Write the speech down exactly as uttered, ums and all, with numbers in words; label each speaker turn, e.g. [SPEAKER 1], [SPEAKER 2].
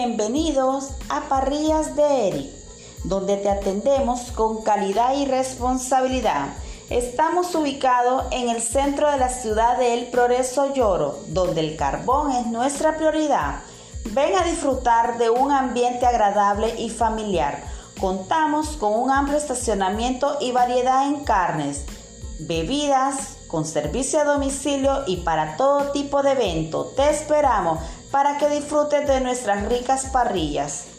[SPEAKER 1] Bienvenidos a Parrillas de Eric, donde te atendemos con calidad y responsabilidad. Estamos ubicados en el centro de la ciudad de El Progreso Lloro, donde el carbón es nuestra prioridad. Ven a disfrutar de un ambiente agradable y familiar. Contamos con un amplio estacionamiento y variedad en carnes, bebidas, con servicio a domicilio y para todo tipo de evento. Te esperamos para que disfrutes de nuestras ricas parrillas.